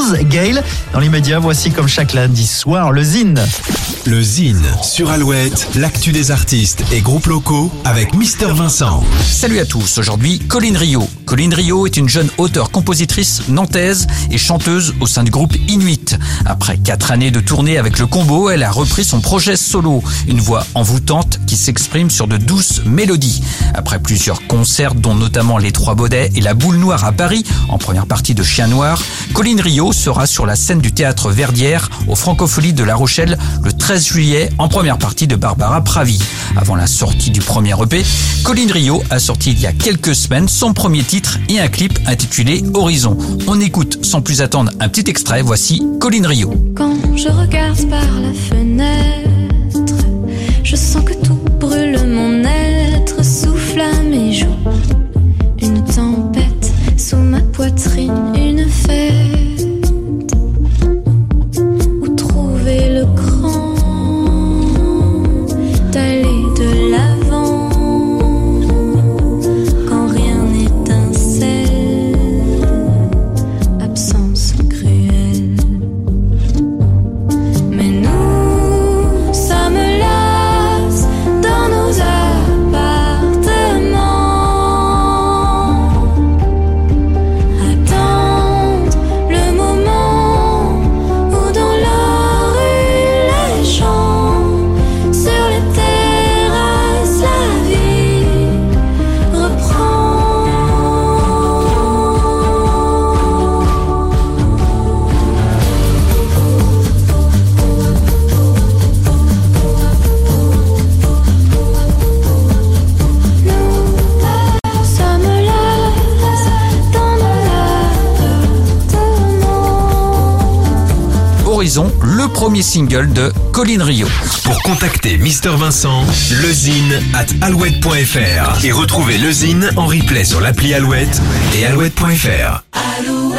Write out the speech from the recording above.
Rose Gale. Dans l'immédiat, voici comme chaque lundi soir le Zine. Le Zine sur Alouette, l'actu des artistes et groupes locaux avec Mister Vincent. Salut à tous, aujourd'hui Colline Rio. Colline Rio est une jeune auteure-compositrice nantaise et chanteuse au sein du groupe Inuit. Après 4 années de tournée avec le combo, elle a repris son projet solo, une voix envoûtante qui s'exprime sur de douces mélodies. Après plusieurs concerts dont notamment Les Trois Baudets et La Boule Noire à Paris, en première partie de Chien Noir, Colline Rio sera sur la scène du théâtre Verdière aux Francopholies de La Rochelle le 13 juillet en première partie de Barbara Pravi. Avant la sortie du premier EP, Colline Rio a sorti il y a quelques semaines son premier titre et un clip intitulé Horizon. On écoute sans plus attendre un petit extrait, voici Colline Rio. Quand je regarde par la fenêtre, je sens que tout brûle, mon être souffle à mes joues. Une tempête sous ma poitrine, une fête. Où trouver le cran d'aller de l'avant quand rien n'étincelle, absence cruelle. Mais nous sommes là dans nos appartements, attendre le moment où dans la rue les gens, sur les terrasses la vie reprend. Nous sommes là dans nos appartements. Horizon, le premier single de Colline Rio. Pour contacter Mister Vincent, lezine@alouette.fr et retrouver le Zine en replay sur l'appli Alouette et alouette.fr. Alouette.